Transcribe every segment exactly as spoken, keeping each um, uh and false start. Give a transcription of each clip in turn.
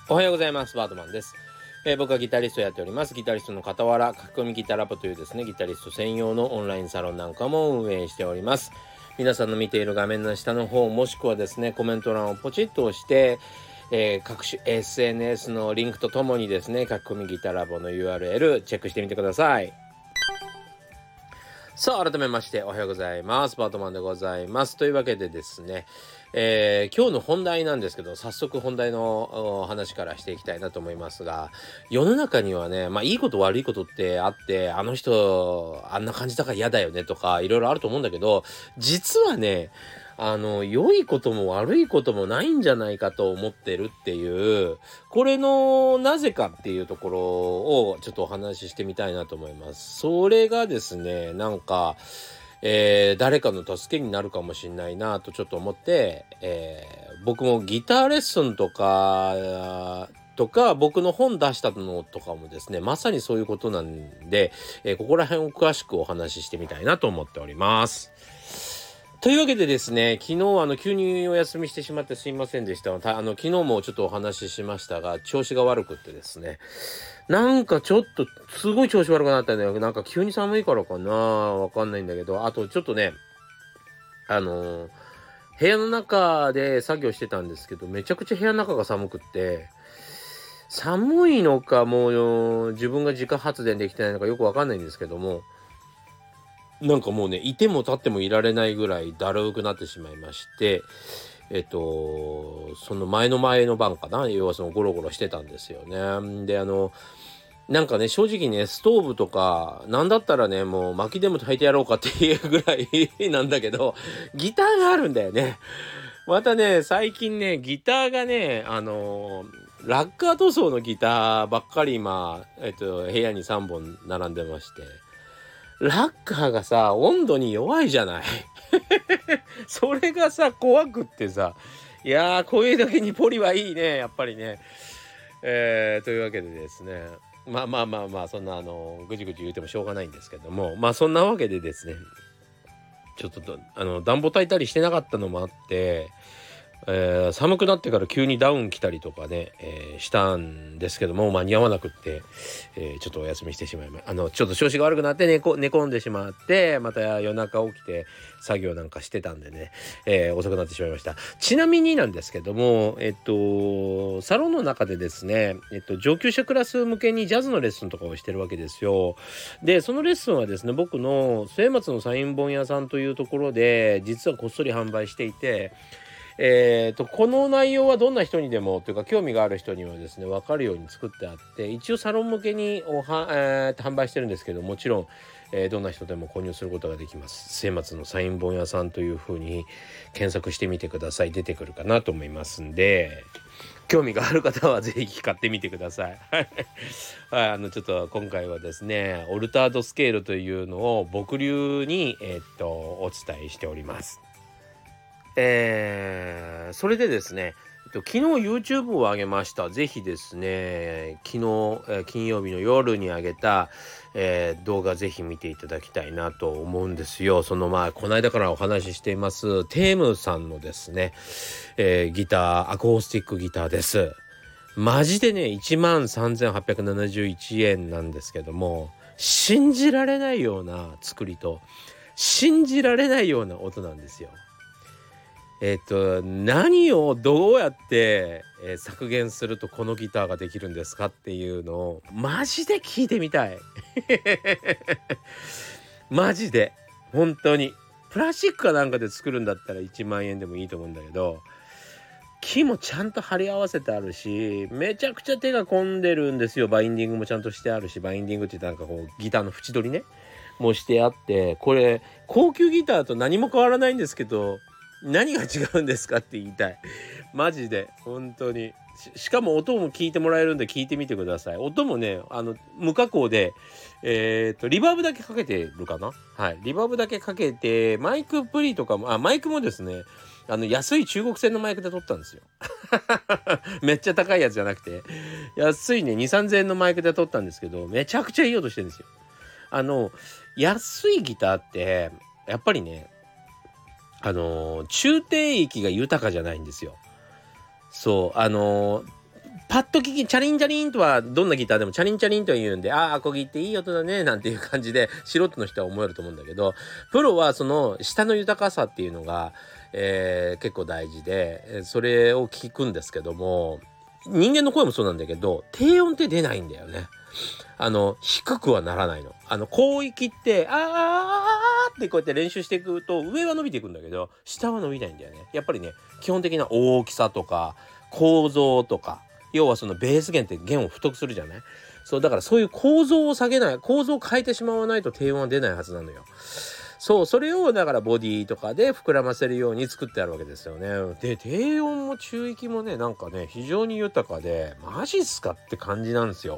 おはようございます。バートマンです。えー僕はギタリストをやっております。ギタリストの傍ら、書き込みギタラボというですね、ギタリスト専用のオンラインサロンなんかも運営しております。皆さんの見ている画面の下の方、もしくはですね、コメント欄をポチッと押して、えー各種 エスエヌエス のリンクとともにですね、書き込みギタラボの ユーアールエル チェックしてみてください。さあ改めましておはようございます。バートマンでございます。というわけでですね、えー今日の本題なんですけど、早速本題のお話からしていきたいなと思いますが、世の中にはね、まあいいこと悪いことってあって、あの人あんな感じだから嫌だよねとかいろいろあると思うんだけど、実はね、あの良いことも悪いこともないんじゃないかと思ってるっていう、これのなぜかっていうところをちょっとお話ししてみたいなと思います。それがですね、なんか、えー誰かの助けになるかもしれないなとちょっと思って、えー僕もギターレッスンとかとか僕の本出したのとかもですね、まさにそういうことなんで、えーここら辺を詳しくお話ししてみたいなと思っております。というわけでですね、昨日あの急にお休みしてしまってすいませんでした。たあの昨日もちょっとお話ししましたが、調子が悪くってですね、なんかちょっとすごい調子悪くなったんだよ。なんか急に寒いからかな、わかんないんだけど、あとちょっとね、あのー部屋の中で作業してたんですけど、めちゃくちゃ部屋の中が寒くって、寒いのかもう自分が自家発電できてないのかよくわかんないんですけども、なんかもうね、いても立ってもいられないぐらいだるくなってしまいまして、えっと、その前の前の晩かな、要はそのゴロゴロしてたんですよね。で、あの、なんかね、正直ね、ストーブとか、なんだったらね、もう薪でも炊いてやろうかっていうぐらいなんだけど、ギターがあるんだよね。またね、最近ね、ギターがね、あのーラッカー塗装のギターばっかり今、えっと、部屋にさんぼん並んでまして、ラッカーがさ、温度に弱いじゃない。それがさ、怖くってさ、いやー、こういう時にポリはいいね、やっぱりね。えー、というわけでですね、まあまあまあまあ、そんなあの、ぐじぐじ言うてもしょうがないんですけども、まあそんなわけでですね、ちょっとどあの、暖房焚いたりしてなかったのもあって、えー寒くなってから急にダウン来たりとかね、えーしたんですけども間に合わなくって、えーちょっとお休みしてしまいまあのちょっと調子が悪くなって寝こ寝込んでしまって、また夜中起きて作業なんかしてたんでね、えー遅くなってしまいました。ちなみになんですけども、えっとサロンの中でですね、えっと上級者クラス向けにジャズのレッスンとかをしてるわけですよ。でそのレッスンはですね、僕の末松のサイン本屋さんというところで実はこっそり販売していて、えーと、この内容はどんな人にでもというか興味がある人にはですね分かるように作ってあって、一応サロン向けにおは、えーと販売してるんですけど、もちろん、えーどんな人でも購入することができます。末松のサイン本屋さんという風に検索してみてください。出てくるかなと思いますんで、興味がある方はぜひ買ってみてください。はい、あのちょっと今回はですね、オルタードスケールというのを僕流に、えー、っとお伝えしております。えー、それでですね、えっと、昨日 YouTube を上げました。ぜひですね、昨日、えー金曜日の夜に上げた、えー動画ぜひ見ていただきたいなと思うんですよ。そのまあ、この間からお話ししています、テームさんのですね、えーギター、アコースティックギターです。マジでね、いちまんさんぜんはっぴゃくななじゅういちえんなんですけども、信じられないような作りと、信じられないような音なんですよ。えっと何をどうやって、えー削減するとこのギターができるんですかっていうのをマジで聞いてみたい。マジで本当にプラスチックかなんかで作るんだったらいちまんえんでもいいと思うんだけど、木もちゃんと貼り合わせてあるし、めちゃくちゃ手が込んでるんですよ。バインディングもちゃんとしてあるし、バインディングって言ったらなんかこうギターの縁取りねもしてあって、これ高級ギターと何も変わらないんですけど、何が違うんですかって言いたい。マジで本当に。ししかも音も聞いてもらえるんで聞いてみてください。音もね、あの無加工で、えっとリバーブだけかけてるかな。はい、リバーブだけかけて、マイクプリとかも、あマイクもですね、あの安い中国製のマイクで撮ったんですよ。めっちゃ高いやつじゃなくて、安いねに、さんぜんえんのマイクで撮ったんですけど、めちゃくちゃいい音してるんですよ。あの安いギターってやっぱりね、あのー中低域が豊かじゃないんですよ。そうあのーパッと聞きチャリンチャリンとはどんなギターでもチャリンチャリンと言うんで、ああ小木っていい音だねなんていう感じで素人の人は思えると思うんだけど、プロはその舌の豊かさっていうのが、えー、結構大事で、それを聞くんですけども、人間の声もそうなんだけど低音って出ないんだよね。あの低くはならないの。あの広域ってあーってこうやって練習していくと上は伸びていくんだけど下は伸びないんだよね。やっぱりね基本的な大きさとか構造とか、要はそのベース弦って弦を太くするじゃない。そうだからそういう構造を下げない、構造を変えてしまわないと低音は出ないはずなのよ。そうそれをだからボディとかで膨らませるように作ってあるわけですよね。で低音も中域もねなんかね非常に豊かで、マジっすかって感じなんですよ。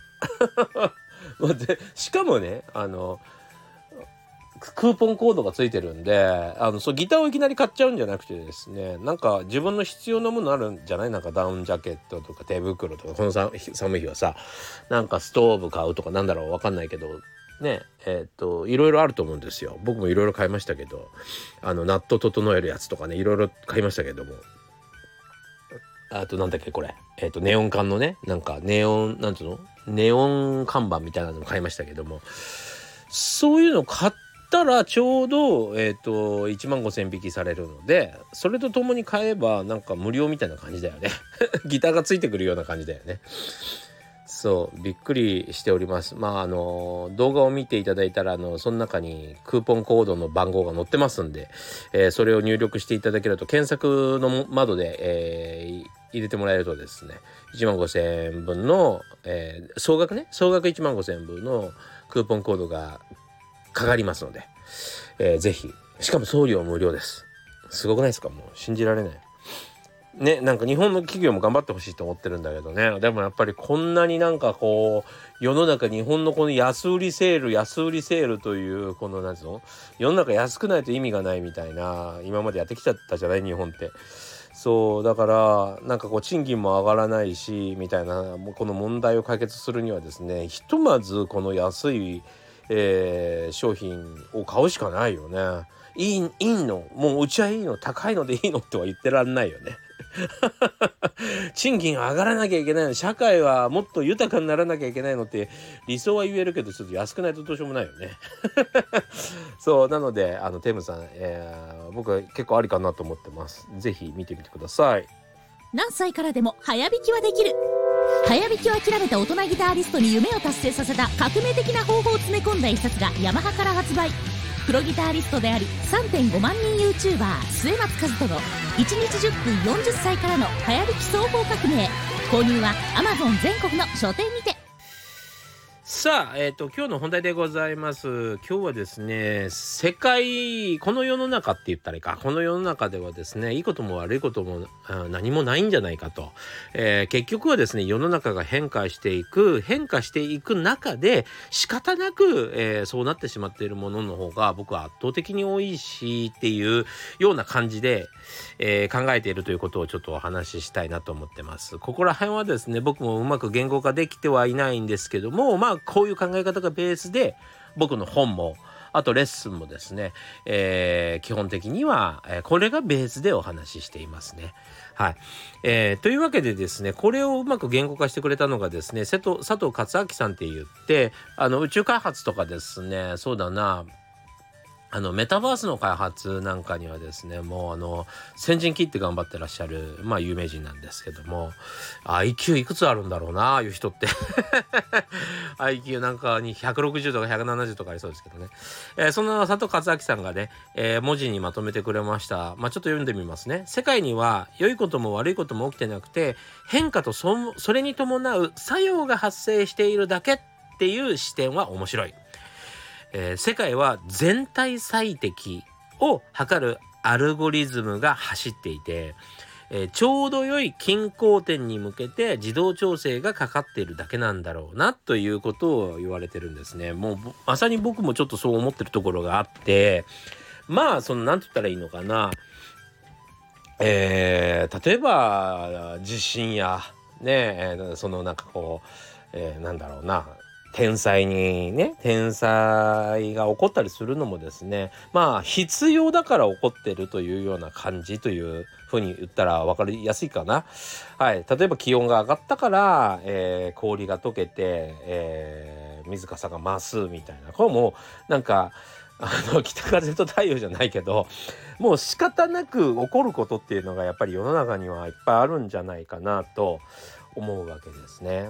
でしかもねあのクーポンコードがついてるんで、あのそうギターをいきなり買っちゃうんじゃなくてですね、なんか自分の必要なものあるんじゃない。なんかダウンジャケットとか手袋とか、この寒い日はさなんかストーブ買うとかなんだろうわかんないけどね、えー、っといろいろあると思うんですよ。僕もいろいろ買いましたけど、あのナット整えるやつとかねいろいろ買いましたけども、あとなんだっけこれ、えー、っとネオン管のねなんかネオンなんていうのネオン看板みたいなのも買いましたけども、そういうの買ったらちょうど、えー、といちまんごせん引きされるので、それとともに買えばなんか無料みたいな感じだよねギターがついてくるような感じだよね。そうびっくりしております。まああの動画を見ていただいたらあのその中にクーポンコードの番号が載ってますんで、えー、それを入力していただけると検索の窓で、えー、入れてもらえるとですねいちまんごせんえんぶんの、えー、総額ね総額いちまんごせんえんぶんのクーポンコードがかかりますので、えー、ぜひ、しかも送料無料です。すごくないですか？もう信じられないね。なんか日本の企業も頑張ってほしいと思ってるんだけどね。でもやっぱりこんなになんかこう世の中日本のこの安売りセール安売りセールというこのなんつうの世の中安くないと意味がないみたいな今までやってきちゃったじゃない日本って。そうだからなんかこう賃金も上がらないしみたいなこの問題を解決するにはですね、ひとまずこの安い、えー、商品を買うしかないよね。いい、いいのもううちはいいの高いのでいいのっては言ってらんないよね賃金上がらなきゃいけないの、社会はもっと豊かにならなきゃいけないのって理想は言えるけどちょっと安くないとどうしようもないよねそうなのであのテムさん、えー、僕は結構ありかなと思ってます。ぜひ見てみてください。 何歳からでも早弾きはできる。早弾きを諦めた大人ギタリストに夢を達成させた革命的な方法を詰め込んだ一冊がヤマハから発売。プロギタリストであり さんてんごまんにん YouTuber 末松和人のいちにちじゅっぷんよんじゅっさいからの早弾き双方革命。購入は Amazon 全国の書店にて。 さあ、えーと、今日の本題でございます。今日はですね、世界、この世の中って言ったらいいか、この世の中ではですね、いいことも悪いことも何もないんじゃないかと、えー、結局はですね、世の中が変化していく、変化していく中で仕方なく、えー、そうなってしまっているものの方が僕は圧倒的に多いしっていうような感じで、えー、考えているということをちょっとお話ししたいなと思ってます。ここら辺はですね、僕もうまく言語化できてはいないんですけども、まあこういう考え方がベースで僕の本もあとレッスンもですね、えー、基本的には、えー、これがベースでお話ししていますね。はい、えー、というわけでですね、これをうまく言語化してくれたのがですね、佐藤佐藤勝明さんって言ってあの宇宙開発とかですね、そうだなあのメタバースの開発なんかにはですね、もうあの先陣切って頑張ってらっしゃるまあ有名人なんですけども、 アイキュー いくつあるんだろうなああいう人ってアイキュー なんかにひゃくろくじゅうとかひゃくななじゅうとかありそうですけどね、えー、そんな佐藤勝明さんがね、えー、文字にまとめてくれました。まあちょっと読んでみますね。世界には良いことも悪いことも起きてなくて、変化と そ, それに伴う作用が発生しているだけっていう視点は面白い。えー、世界は全体最適を測るアルゴリズムが走っていて、えー、ちょうど良い均衡点に向けて自動調整がかかっているだけなんだろうなということを言われてるんですね。もうまさに僕もちょっとそう思ってるところがあって、まあそのなんて言ったらいいのかな、えー、例えば地震やね、そのなんかこう、えー、なんだろうな天才にね天才が起こったりするのもですね、まあ必要だから起こってるというような感じというふうに言ったら分かりやすいかな。はい、例えば気温が上がったから、えー、氷が溶けて、えー、水かさが増すみたいな、これもなんかあの北風と太陽じゃないけど、もう仕方なく起こることっていうのがやっぱり世の中にはいっぱいあるんじゃないかなと思うわけですね。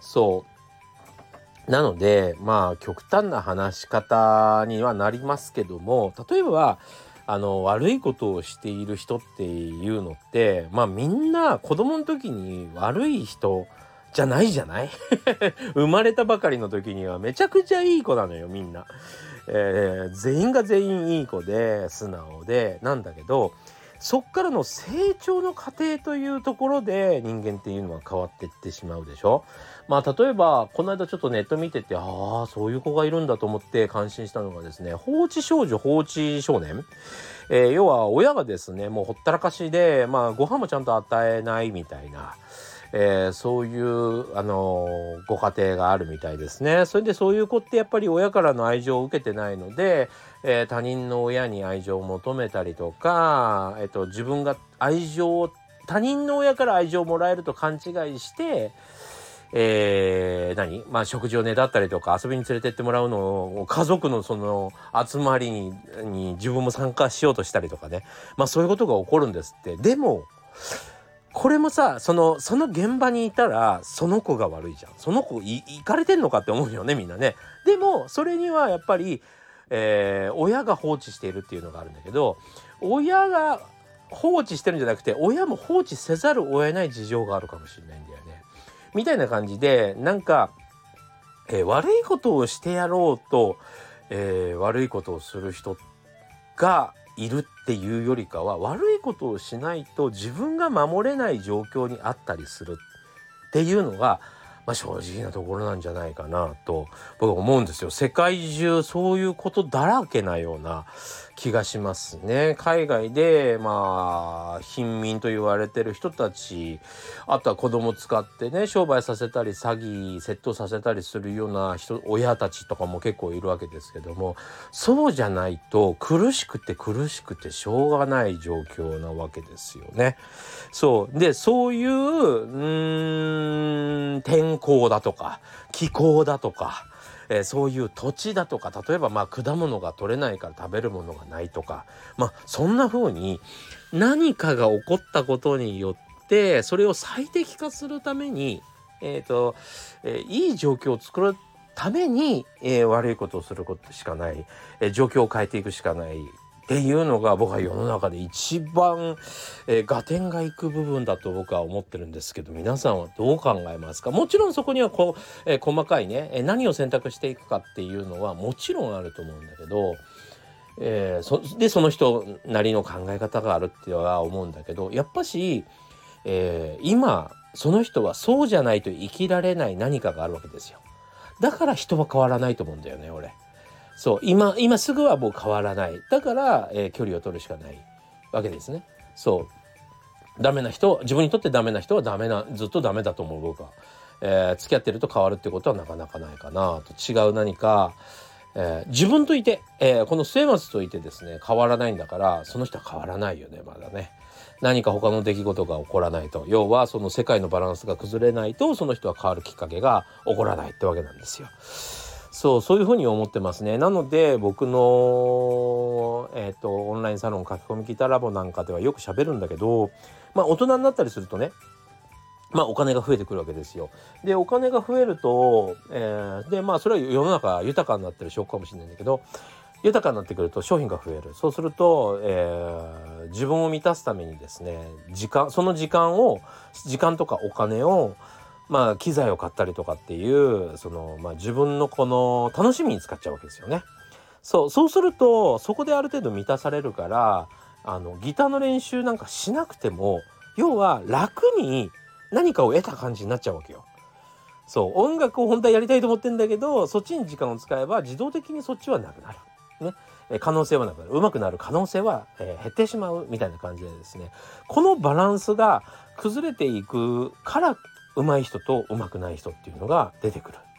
そうなのでまあ極端な話し方にはなりますけども、例えばあの悪いことをしている人っていうのってまあみんな子供の時に悪い人じゃないじゃない生まれたばかりの時にはめちゃくちゃいい子なのよみんな、えー、全員が全員いい子で素直でなんだけど、そっからの成長の過程というところで人間っていうのは変わっていってしまうでしょ。まあ例えばこの間ちょっとネット見てて、ああそういう子がいるんだと思って感心したのがですね、放置少女放置少年、えー、要は親がですねもうほったらかしで、まあご飯もちゃんと与えないみたいな、えー、そういう、あのー、ご家庭があるみたいですね。それでそういう子ってやっぱり親からの愛情を受けてないので、えー、他人の親に愛情を求めたりとか、えーと、自分が愛情を他人の親から愛情をもらえると勘違いして、えー、何まあ食事をねだったりとか遊びに連れてってもらうのを家族のその集まりに、に自分も参加しようとしたりとかね、まあそういうことが起こるんですって。でもこれもさ、そのその現場にいたらその子が悪いじゃん。その子い行かれてんのかって思うよねみんなね。でもそれにはやっぱり、えー、親が放置しているっていうのがあるんだけど、親が放置してるんじゃなくて親も放置せざるを得ない事情があるかもしれないんだよねみたいな感じで、なんか、えー、悪いことをしてやろうと、えー、悪いことをする人がいるっていうよりかは、悪いことをしないと自分が守れない状況にあったりするっていうのが、まあ、正直なところなんじゃないかなと僕は思うんですよ。世界中そういうことだらけなような気がしますね。海外でまあ貧民と言われてる人たち、あとは子供使ってね商売させたり詐欺窃盗させたりするような人親たちとかも結構いるわけですけども、そうじゃないと苦しくて苦しくてしょうがない状況なわけですよね。そうでそういううーん天候だとか気候だとか、えー、そういう土地だとか、例えばまあ果物が取れないから食べるものがないとか、まあそんな風に何かが起こったことによってそれを最適化するために、えーとえー、いい状況を作るために、えー、悪いことをすることしかない、えー、状況を変えていくしかないっていうのが僕は世の中で一番、えー、合点がいく部分だと僕は思ってるんですけど、皆さんはどう考えますか？もちろんそこにはこう、えー、細かいね、えー、何を選択していくかっていうのはもちろんあると思うんだけど、えー、そでその人なりの考え方があるっては思うんだけど、やっぱし、えー、今その人はそうじゃないと生きられない何かがあるわけですよ。だから人は変わらないと思うんだよね俺。そう今今すぐはもう変わらない。だから、えー、距離を取るしかないわけですね。そうダメな人、自分にとってダメな人はダメなずっとダメだと思う僕は、えー、付き合ってると変わるってことはなかなかないかなと。違う何か、えー、自分といて、えー、この末松といてですね変わらないんだから、その人は変わらないよねまだね。何か他の出来事が起こらないと、要はその世界のバランスが崩れないとその人は変わるきっかけが起こらないってわけなんですよ。そうそういうふうに思ってますね。なので僕の、えーと、オンラインサロン書き込みギターラボなんかではよく喋るんだけど、まあ大人になったりするとね、まあお金が増えてくるわけですよ。でお金が増えると、えー、でまあそれは世の中豊かになってる証拠かもしれないんだけど、豊かになってくると商品が増える。そうすると、えー、自分を満たすためにですね、時間その時間を時間とかお金をまあ機材を買ったりとかっていうその、まあ、自分のこの楽しみに使っちゃうわけですよね。そうそうするとそこである程度満たされるから、あのギターの練習なんかしなくても要は楽に何かを得た感じになっちゃうわけよ。そう音楽を本当はやりたいと思ってんだけど、そっちに時間を使えば自動的にそっちはなくなる。ね、え可能性はなくなる。上手くなる可能性は、えー、減ってしまうみたいな感じでですね、このバランスが崩れていくから上手い人と上手くない人っていうのが出てくる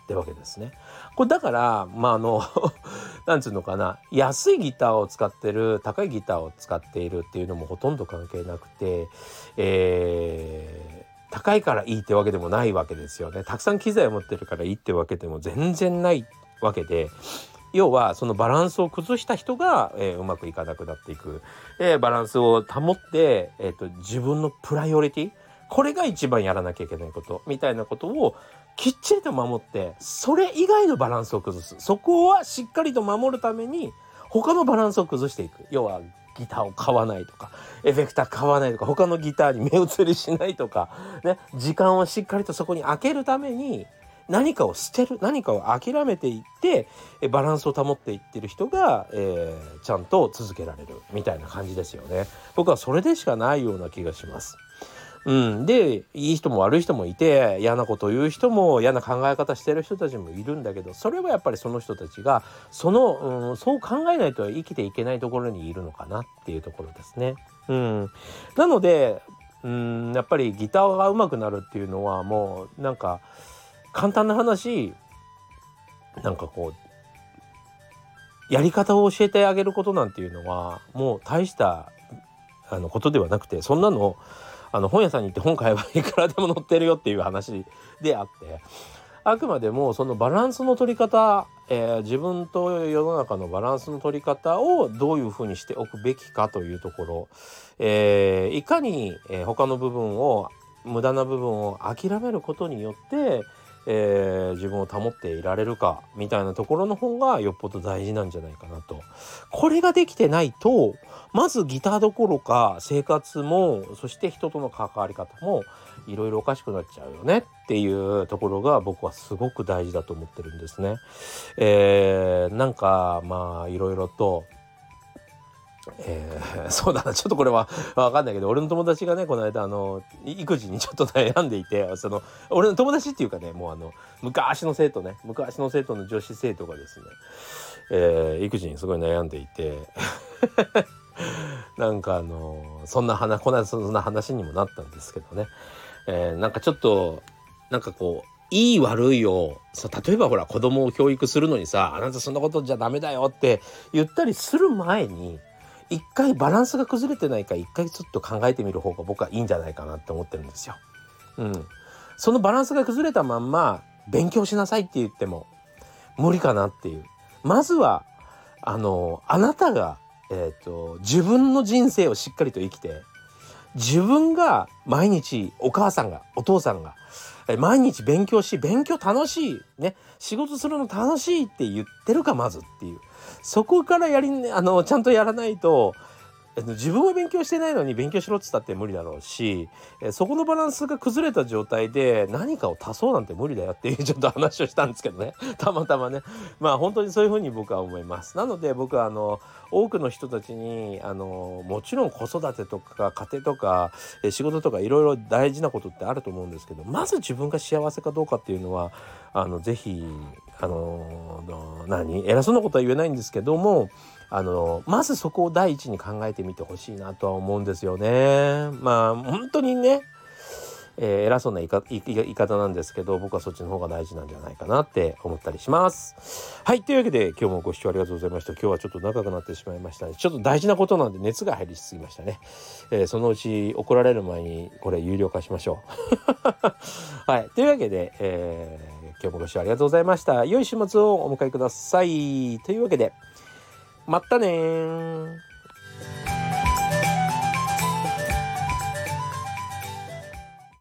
ってわけですね。これだからまああのなんつうのかな、安いギターを使ってる高いギターを使っているっていうのもほとんど関係なくて、えー、高いからいいってわけでもないわけですよね。たくさん機材を持ってるからいいってわけでも全然ないわけで、要はそのバランスを崩した人が、えー、うまくいかなくなっていく、えー、バランスを保って、えーと、自分のプライオリティ、これが一番やらなきゃいけないことみたいなことをきっちりと守って、それ以外のバランスを崩す、そこはしっかりと守るために他のバランスを崩していく。要はギターを買わないとか、エフェクター買わないとか、他のギターに目移りしないとかね、時間をしっかりとそこに空けるために何かを捨てる、何かを諦めていってバランスを保っていってる人が、えー、ちゃんと続けられるみたいな感じですよね。僕はそれでしかないような気がします。うん、でいい人も悪い人もいて、嫌なことを言う人も嫌な考え方してる人たちもいるんだけど、それはやっぱりその人たちがその、うん、そう考えないと生きていけないところにいるのかなっていうところですね。うん、なので、うん、やっぱりギターが上手くなるっていうのはもうなんか簡単な話、なんかこうやり方を教えてあげることなんていうのはもう大したあのことではなくて、そんなのあの本屋さんに行って本買えばいくらでも載ってるよっていう話であって、あくまでもそのバランスの取り方、えー、自分と世の中のバランスの取り方をどういうふうにしておくべきかというところ、えー、いかに、えー、他の部分を無駄な部分を諦めることによってえー、自分を保っていられるかみたいなところの方がよっぽど大事なんじゃないかなと。これができてないと、まずギターどころか生活も、そして人との関わり方もいろいろおかしくなっちゃうよねっていうところが僕はすごく大事だと思ってるんですね。えー、なんかまあいろいろとえー、そうだな、ちょっとこれは分かんないけど、俺の友達がねこの間あの育児にちょっと悩んでいて、その俺の友達っていうかね、もうあの昔の生徒ね昔の生徒の女子生徒がですね、えー、育児にすごい悩んでいてなんかあのそんな話、この間そんな話にもなったんですけどね、えー、なんかちょっとなんかこういい悪いをさ、例えばほら子供を教育するのにさ、あなたそんなことじゃダメだよって言ったりする前に、一回バランスが崩れてないか一回ちょっと考えてみる方が僕はいいんじゃないかなって思ってるんですよ。うん、そのバランスが崩れたまんま勉強しなさいって言っても無理かなっていう。まずはあのあなたが、えーと、自分の人生をしっかりと生きて、自分が毎日お母さんがお父さんが毎日勉強し、勉強楽しいね、仕事するの楽しいって言ってるか、まずっていう、そこからやりあのちゃんとやらないと、自分は勉強してないのに勉強しろって言ったって無理だろうし、そこのバランスが崩れた状態で何かを足そうなんて無理だよっていうちょっと話をしたんですけどねたまたまね、まあ本当にそういうふうに僕は思います。なので僕はあの多くの人たちにあのもちろん子育てとか家庭とか仕事とかいろいろ大事なことってあると思うんですけど、まず自分が幸せかどうかっていうのはあのぜひあの何偉そうなことは言えないんですけども、あのまずそこを第一に考えてみてほしいなとは思うんですよね。まあ本当にね、えー、偉そうな言いか言い言い方なんですけど、僕はそっちの方が大事なんじゃないかなって思ったりします。はい、というわけで今日もご視聴ありがとうございました。今日はちょっと長くなってしまいました。ちょっと大事なことなんで熱が入りすぎましたね。えー、そのうち怒られる前にこれ有料化しましょうはい、というわけで、えー、今日もご視聴ありがとうございました。良い週末をお迎えください。というわけでまったねー。